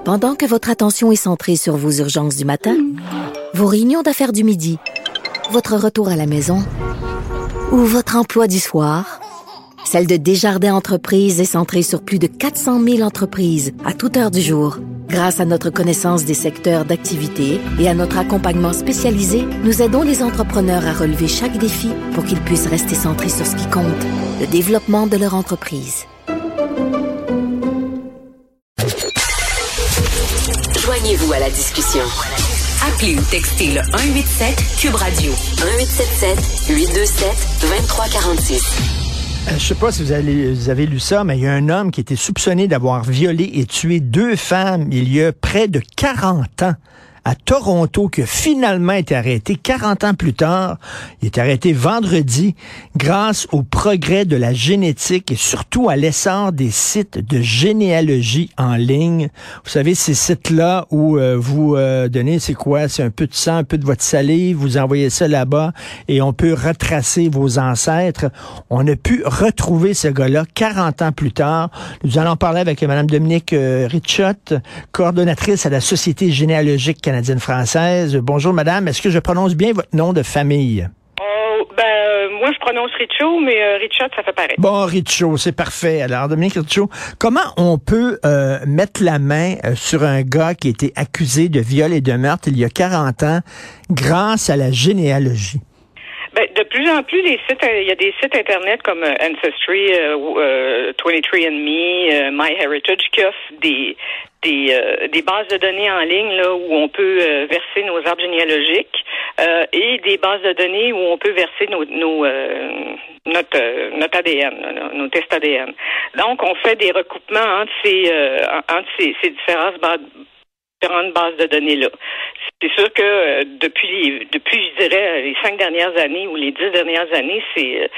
Pendant que votre attention est centrée sur vos urgences du matin, vos réunions d'affaires du midi, votre retour à la maison ou votre emploi du soir, celle de Desjardins Entreprises est centrée sur plus de 400 000 entreprises à toute heure du jour. Grâce à notre connaissance des secteurs d'activité et à notre accompagnement spécialisé, nous aidons les entrepreneurs à relever chaque défi pour qu'ils puissent rester centrés sur ce qui compte, le développement de leur entreprise. Joignez-vous à la discussion. Appelez ou textez le 187 Cube Radio 1877 827 2346. Je ne sais pas si vous avez lu ça, mais il y a un homme qui était soupçonné d'avoir violé et tué 2 femmes il y a près de 40 ans à Toronto, qui a finalement été arrêté 40 ans plus tard. Il est arrêté vendredi grâce au progrès de la génétique et surtout à l'essor des sites de généalogie en ligne. Vous savez, ces sites-là où vous donnez, c'est quoi? C'est un peu de sang, un peu de votre salive, vous envoyez ça là-bas et on peut retracer vos ancêtres. On a pu retrouver ce gars-là 40 ans plus tard. Nous allons parler avec Mme Dominique Richotte, coordonnatrice à la Société généalogique canadienne-française. Bonjour, madame. Est-ce que je prononce bien votre nom de famille? Moi, je prononce Richotte, mais Richotte, ça fait pareil. Bon, Richotte, c'est parfait. Alors, Dominique Richotte, comment on peut mettre la main sur un gars qui a été accusé de viol et de meurtre il y a 40 ans grâce à la généalogie? De plus en plus, il y a des sites Internet comme Ancestry, 23andMe, MyHeritage qui offrent des bases de données en ligne là où on peut verser nos arbres généalogiques et des bases de données où on peut verser notre ADN, nos tests ADN. Donc, on fait des recoupements entre ces différentes bases de données-là. C'est sûr que depuis, je dirais, les 5 dernières années ou les 10 dernières années, ces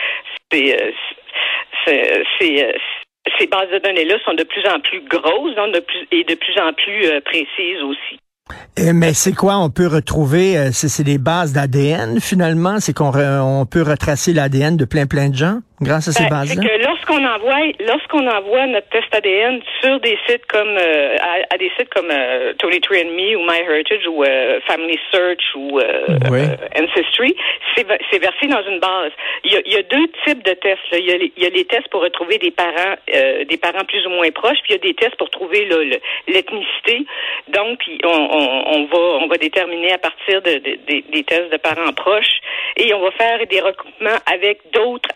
bases de données-là sont de plus en plus grosses, donc de plus en plus précises aussi. Mais c'est quoi? On peut retrouver, c'est des bases d'ADN finalement? C'est qu'on peut retracer l'ADN de plein de gens grâce à ces bases-là? C'est que lorsqu'on envoie notre test ADN sur des sites comme à des sites comme 23andMe ou MyHeritage ou Family Search ou Ancestry, c'est versé dans une base. Il y a 2 types de tests. Là. Il y a les tests pour retrouver des parents plus ou moins proches, puis il y a des tests pour trouver l'ethnicité. Donc, on va déterminer à partir des tests de parents proches et on va faire des recoupements avec d'autres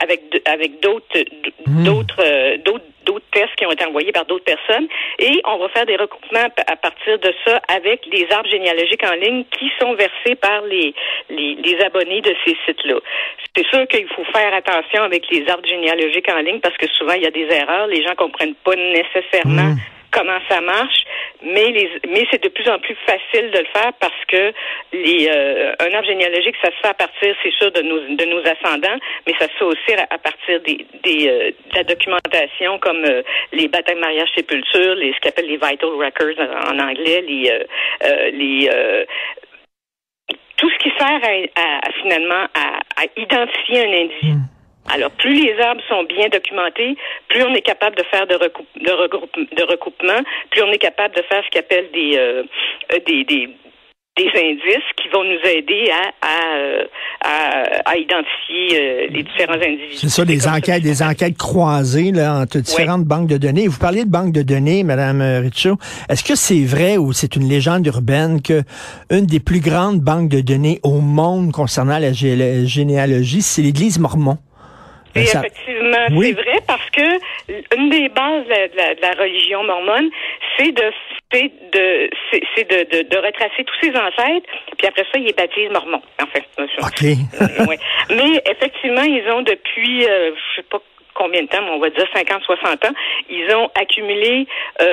tests qui ont été envoyés par d'autres personnes et on va faire des recoupements à partir de ça avec les arbres généalogiques en ligne qui sont versés par les abonnés de ces sites-là. C'est sûr qu'il faut faire attention avec les arbres généalogiques en ligne parce que souvent il y a des erreurs, les gens comprennent pas nécessairement comment ça marche, mais c'est de plus en plus facile de le faire parce que un arbre généalogique, ça se fait à partir, c'est sûr, de nos ascendants, mais ça se fait aussi à partir de la documentation comme les baptêmes, mariage, sépulture, ce qu'on appelle les vital records en anglais, tout ce qui sert finalement à identifier un individu. Alors, plus les arbres sont bien documentés, plus on est capable de faire de recoupement, plus on est capable de faire ce qu'on appelle des indices qui vont nous aider à identifier les différents individus. C'est ça, des enquêtes croisées là, entre différentes banques de données. Vous parliez de banques de données, Mme Richotte. Est-ce que c'est vrai ou c'est une légende urbaine que une des plus grandes banques de données au monde concernant la généalogie, c'est l'Église mormon? Et effectivement, c'est vrai parce que une des bases de la religion mormone, c'est de retracer tous ses ancêtres, puis après ça, ils les baptisent mormons, en fait. OK. Ouais. Mais effectivement, ils ont depuis, je sais pas combien de temps, mais on va dire 50, 60 ans, ils ont accumulé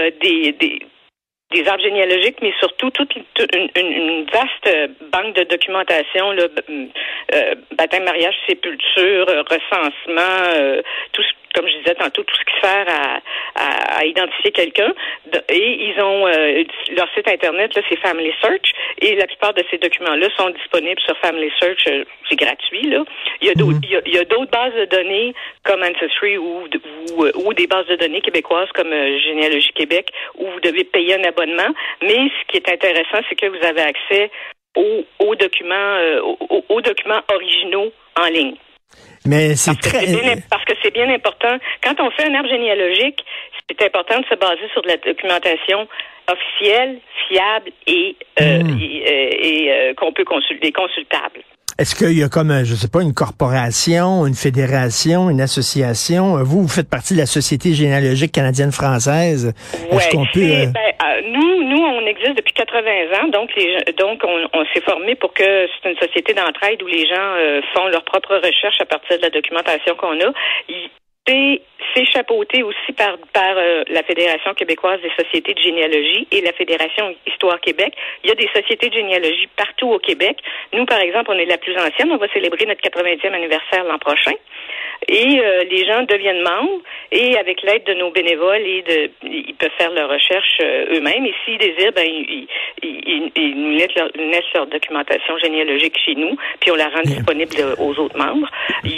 des arbres généalogiques, mais surtout toute une vaste banque de documentation, là, baptême, mariage, sépulture, recensement, comme je disais tantôt, tout ce qui sert à identifier quelqu'un. Et ils ont leur site Internet, là, c'est Family Search, et la plupart de ces documents-là sont disponibles sur Family Search. C'est gratuit, là. Il y a d'autres bases de données comme Ancestry ou des bases de données québécoises comme Généalogie Québec où vous devez payer un abonnement. Mais ce qui est intéressant, c'est que vous avez accès aux documents originaux en ligne. Mais parce que c'est bien important. Quand on fait un arbre généalogique, c'est important de se baser sur de la documentation officielle, fiable et qu'on peut consulter, consultable. Est-ce qu'il y a comme, je sais pas, une corporation, une fédération, une association? Vous faites partie de la Société généalogique canadienne-française. Est-ce qu'on peut... Nous, on existe depuis 80 ans, donc on s'est formé pour que c'est une société d'entraide où les gens font leurs propres recherches à partir de la documentation qu'on a. C'est chapeauté aussi par la Fédération québécoise des sociétés de généalogie et la Fédération Histoire Québec. Il y a des sociétés de généalogie partout au Québec. Nous, par exemple, on est la plus ancienne. On va célébrer notre 80e anniversaire l'an prochain. Et les gens deviennent membres et avec l'aide de nos bénévoles ils peuvent faire leurs recherches eux-mêmes. Et s'ils désirent, ils nous laissent leur documentation généalogique chez nous, puis on la rend disponible aux autres membres.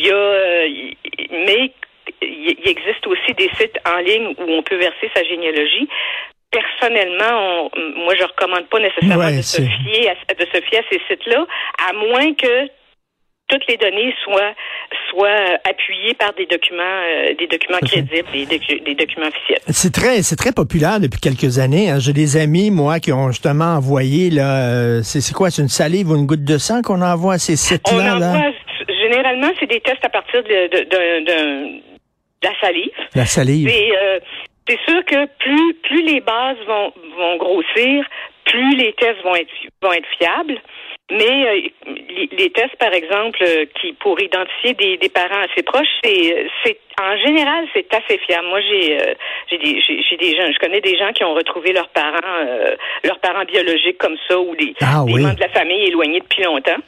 Mais il existe aussi des sites en ligne où on peut verser sa généalogie. Personnellement, moi, je recommande pas nécessairement de se fier à ces sites-là, à moins que toutes les données soient appuyées par des documents crédibles, des documents officiels. C'est très populaire depuis quelques années. Hein. J'ai des amis, moi, qui ont justement envoyé là, c'est quoi, c'est une salive ou une goutte de sang qu'on envoie à ces sites-là? Généralement, c'est des tests à partir de la salive. La salive. C'est sûr que plus les bases vont grossir, plus les tests vont être fiables. Mais les tests, par exemple, qui pour identifier des parents assez proches, c'est en général c'est assez fiable. Moi, j'ai des gens, je connais des gens qui ont retrouvé leurs parents biologiques comme ça ou des membres de la famille éloignés depuis longtemps.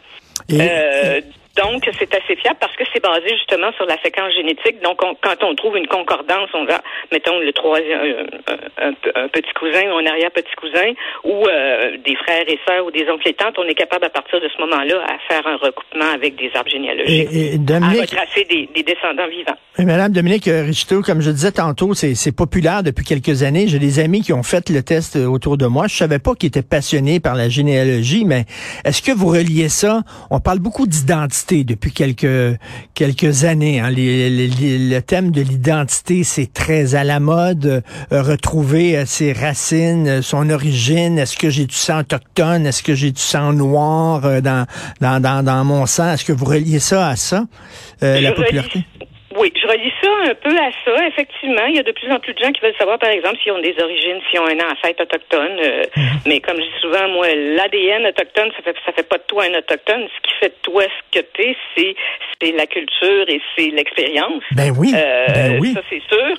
Donc, c'est assez fiable parce que c'est basé justement sur la séquence génétique. Donc, quand on trouve une concordance, mettons le troisième, un petit cousin ou un arrière-petit cousin, ou des frères et sœurs ou des oncles et tantes, on est capable à partir de ce moment-là à faire un recoupement avec des arbres généalogiques, à retracer des descendants vivants. Et Madame Dominique Richeteau, comme je disais tantôt, c'est populaire depuis quelques années. J'ai des amis qui ont fait le test autour de moi. Je savais pas qu'ils étaient passionnés par la généalogie, mais est-ce que vous reliez ça? On parle beaucoup d'identité depuis quelques années. Hein. Le thème de l'identité, c'est très à la mode. Retrouver ses racines, son origine. Est-ce que j'ai du sang autochtone? Est-ce que j'ai du sang noir dans mon sang? Est-ce que vous reliez ça à ça, la popularité? Oui, je relie ça un peu à ça. Effectivement, il y a de plus en plus de gens qui veulent savoir, par exemple, s'ils ont des origines, s'ils ont un ancêtre autochtone. Mais comme je dis souvent, moi, l'ADN autochtone, ça fait pas de toi un autochtone. Ce qui fait de toi ce que t'es, c'est la culture et c'est l'expérience. Ben oui. Ça, c'est sûr.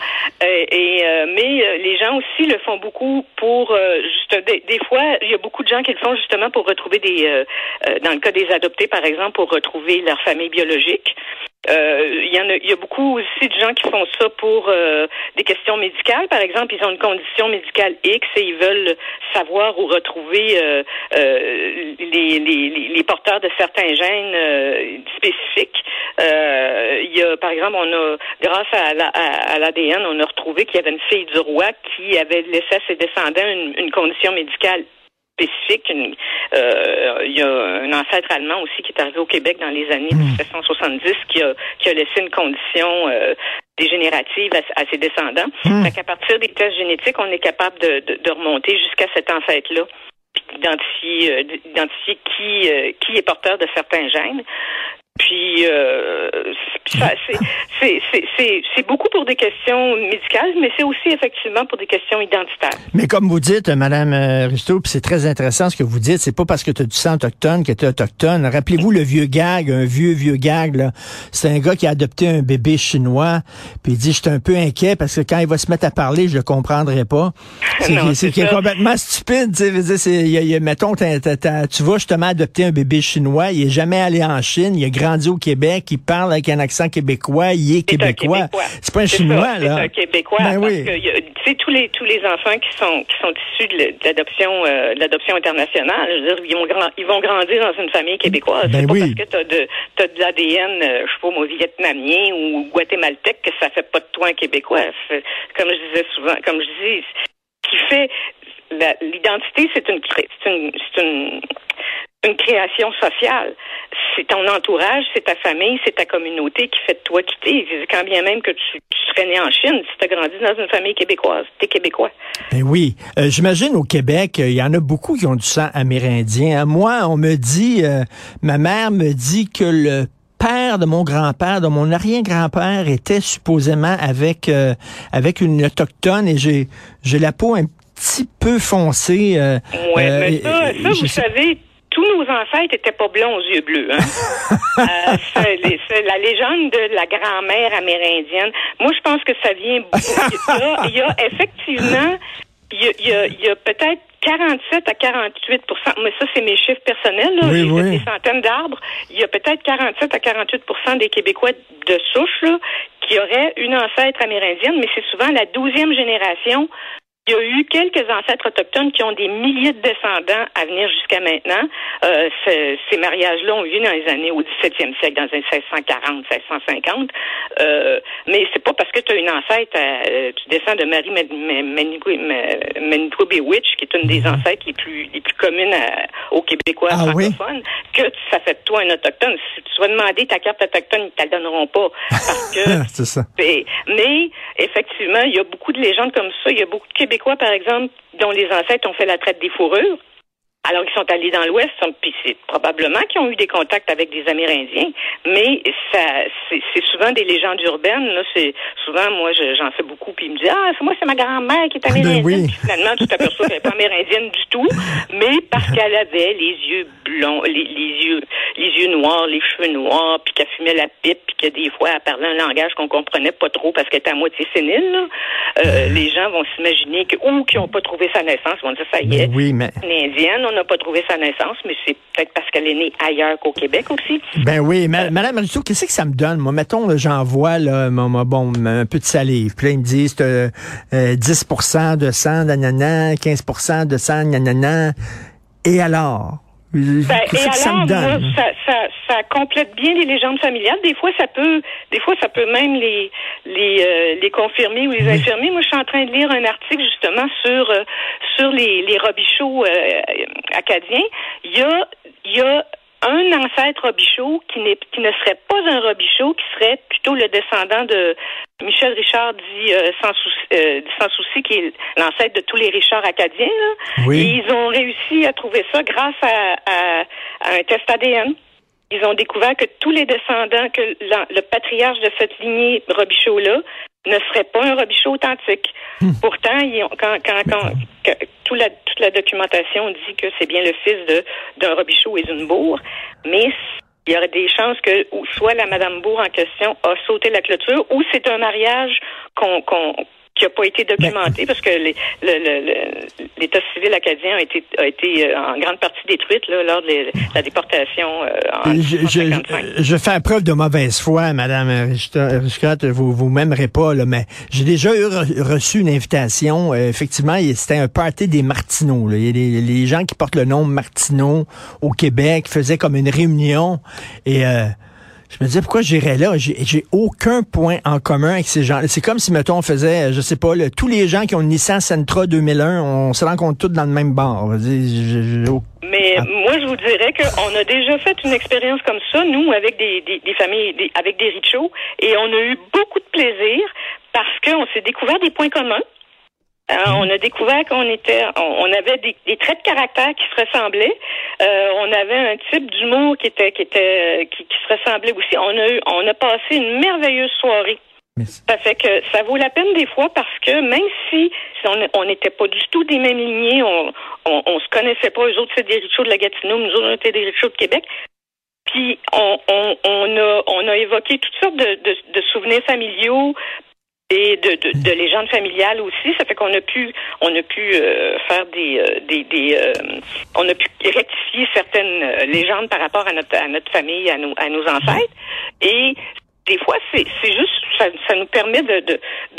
Mais les gens aussi le font beaucoup pour des fois, il y a beaucoup de gens qui le font justement pour retrouver dans le cas des adoptés, par exemple, pour retrouver leur famille biologique. Il y a beaucoup aussi de gens qui font ça pour des questions médicales. Par exemple, ils ont une condition médicale X et ils veulent savoir ou retrouver les porteurs de certains gènes spécifiques. Il y a, par exemple, grâce à l'ADN, on a retrouvé qu'il y avait une fille du roi qui avait laissé à ses descendants une condition médicale spécifique. Il y a un ancêtre allemand aussi qui est arrivé au Québec dans les années 1770 qui a laissé une condition dégénérative à ses descendants. Fait qu'à partir des tests génétiques, on est capable de remonter jusqu'à cet ancêtre-là, d'identifier qui est porteur de certains gènes. Puis c'est beaucoup pour des questions médicales, mais c'est aussi effectivement pour des questions identitaires. Mais comme vous dites, Madame Richeteau, puis c'est très intéressant ce que vous dites, c'est pas parce que tu as du sang autochtone que tu es autochtone. Rappelez-vous le vieux gag, un vieux gag, là. C'est un gars qui a adopté un bébé chinois, puis il dit, je suis un peu inquiet parce que quand il va se mettre à parler, je le comprendrai pas. C'est complètement stupide, tu sais. Mettons, tu vas justement adopter un bébé chinois, il est jamais allé en Chine, il a grandi au Québec, il parle avec un accent québécois, il est québécois. C'est pas un Chinois, là. C'est un Québécois. Ben parce oui. que tu sais, tous les enfants qui sont issus de l'adoption internationale, je veux dire, ils vont grandir dans une famille québécoise. Ben c'est pas oui. parce que t'as de l'ADN, je sais pas, moi, vietnamien ou guatémaltèque que ça fait pas de toi un Québécois. Comme je disais souvent, ce qui fait l'identité, c'est une création sociale. C'est ton entourage, c'est ta famille, c'est ta communauté qui fait de toi qui t'es. Quand bien même que tu serais né en Chine, si tu as grandi dans une famille québécoise, t'es québécois. Ben oui. J'imagine au Québec, il y en a beaucoup qui ont du sang amérindien. Moi, on me dit, ma mère me dit que le père de mon grand-père, de mon arrière-grand-père, était supposément avec une autochtone et j'ai la peau un petit peu foncée. Mais ça vous savez, tous nos ancêtres n'étaient pas blonds aux yeux bleus. Hein? C'est la légende de la grand-mère amérindienne. Moi, je pense que ça vient beaucoup. Il y a effectivement, il y a peut-être 47 à 48 %, mais ça, c'est mes chiffres personnels, là. Oui, J'ai des centaines d'arbres. Il y a peut-être 47 à 48 % des Québécois de souche, là, qui auraient une ancêtre amérindienne, mais c'est souvent la 12e génération. Il y a eu quelques ancêtres autochtones qui ont des milliers de descendants à venir jusqu'à maintenant. Ces mariages-là ont eu lieu dans les années au 17e siècle, dans les 1640, 1650. Mais c'est pas parce que tu as une ancêtre, tu descends de Marie Manitoubewitch, qui est une des ancêtres les plus communes aux Québécois francophones, que ça fait de toi un autochtone. Si tu vas demander ta carte autochtone, ils te la donneront pas. Parce que c'est ça. Mais effectivement, il y a beaucoup de légendes comme ça. Il y a beaucoup de Québécois, par exemple, dont les ancêtres ont fait la traite des fourrures. Alors, ils sont allés dans l'Ouest, puis c'est probablement qu'ils ont eu des contacts avec des Amérindiens, mais c'est souvent des légendes urbaines. Là, c'est souvent, moi, j'en sais beaucoup, puis il me dit, c'est ma grand-mère qui est amérindienne. Oui. Puis finalement, tu t'aperçois qu'elle n'est pas amérindienne du tout, mais parce qu'elle avait les yeux blonds, les yeux noirs, les cheveux noirs, puis qu'elle fumait la pipe, puis que des fois, elle parlait un langage qu'on comprenait pas trop parce qu'elle était à moitié sénile. Là. Les gens vont s'imaginer qu'ils n'ont pas trouvé sa naissance, ils vont dire, ça y est, oui, mais... une indienne, on n'a pas trouvé sa naissance, mais c'est peut-être parce qu'elle est née ailleurs qu'au Québec aussi. Ben oui, Madame Russo, qu'est-ce que ça me donne? Moi, mettons, là, j'envoie là, un peu de salive. Puis là, ils me disent 10 % de sang, nanana, 15 % de sang, nanana. Et alors? Qu'est-ce que ça me donne? Moi, ça complète bien les légendes familiales. Des fois, ça peut même les confirmer ou les infirmer. Moi, je suis en train de lire un article justement sur les robichaux acadiens. Il y a un ancêtre robichaud qui ne serait pas un robichaud, qui serait plutôt le descendant de Michel Richard dit sans souci, qui est l'ancêtre de tous les Richards acadiens. Là. Oui. Et ils ont réussi à trouver ça grâce à un test ADN. Ils ont découvert que tous les descendants, que le patriarche de cette lignée Robichaud-là ne serait pas un Robichaud authentique. Pourtant, toute la documentation dit que c'est bien le fils d'un Robichaud et d'une Bourg, mais il y aurait des chances que soit la Madame Bourg en question a sauté la clôture, ou c'est un mariage qui n'a pas été documenté parce que l'État civil acadien a été en grande partie détruite là, lors de la déportation en 1955. Je fais preuve de mauvaise foi, Madame Richard, vous m'aimerez pas, là, mais j'ai déjà reçu une invitation. Effectivement, c'était un party des Martineaux. Là. Il y a les gens qui portent le nom Martineau au Québec faisaient comme une réunion et je me disais, pourquoi j'irais là? J'ai aucun point en commun avec ces gens. C'est comme si, mettons, on faisait, je sais pas, tous les gens qui ont une Nissan Sentra 2001, on se rencontre tous dans le même bar. Mais moi, je vous dirais qu'on a déjà fait une expérience comme ça, nous, avec des familles, avec des rituaux, et on a eu beaucoup de plaisir parce qu'on s'est découvert des points communs. On a découvert on avait des traits de caractère qui se ressemblaient. On avait un type d'humour qui se ressemblait aussi. On a passé une merveilleuse soirée. Ça fait que ça vaut la peine des fois parce que même si on n'était pas du tout des mêmes lignées, on se connaissait pas. Eux autres, c'est des rituaux de la Gatineau, nous autres, on était des rituaux de Québec. Puis on a évoqué toutes sortes de souvenirs familiaux. et de légendes familiales aussi. Ça fait qu'on a pu faire on a pu rectifier certaines légendes par rapport à notre famille, à nos ancêtres. Et des fois, c'est juste, ça nous permet de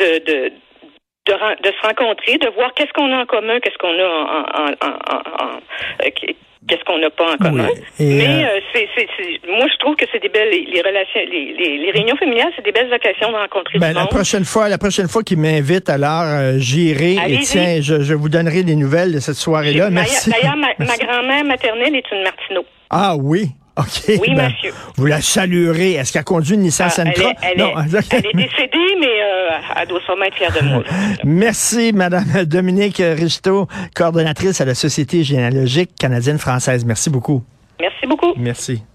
se rencontrer, de voir qu'est-ce qu'on a en commun, qu'est-ce qu'on a qu'est-ce qu'on n'a pas en commun. Oui. Mais moi, je trouve que c'est des belles les relations, les réunions familiales, c'est des belles occasions de rencontrer du monde. La prochaine fois qu'il m'invite, alors j'irai. Et tiens, je vous donnerai des nouvelles de cette soirée-là. Merci. D'ailleurs, ma grand-mère maternelle est une Martineau. Ah oui. OK. Oui, monsieur. Vous la saluerez. Est-ce qu'elle conduit une Nissan Sentra? Elle est décédée, mais elle doit sûrement être fière de moi. Merci, Madame Dominique Richeteau, coordonnatrice à la Société généalogique canadienne-française. Merci beaucoup. Merci beaucoup. Merci.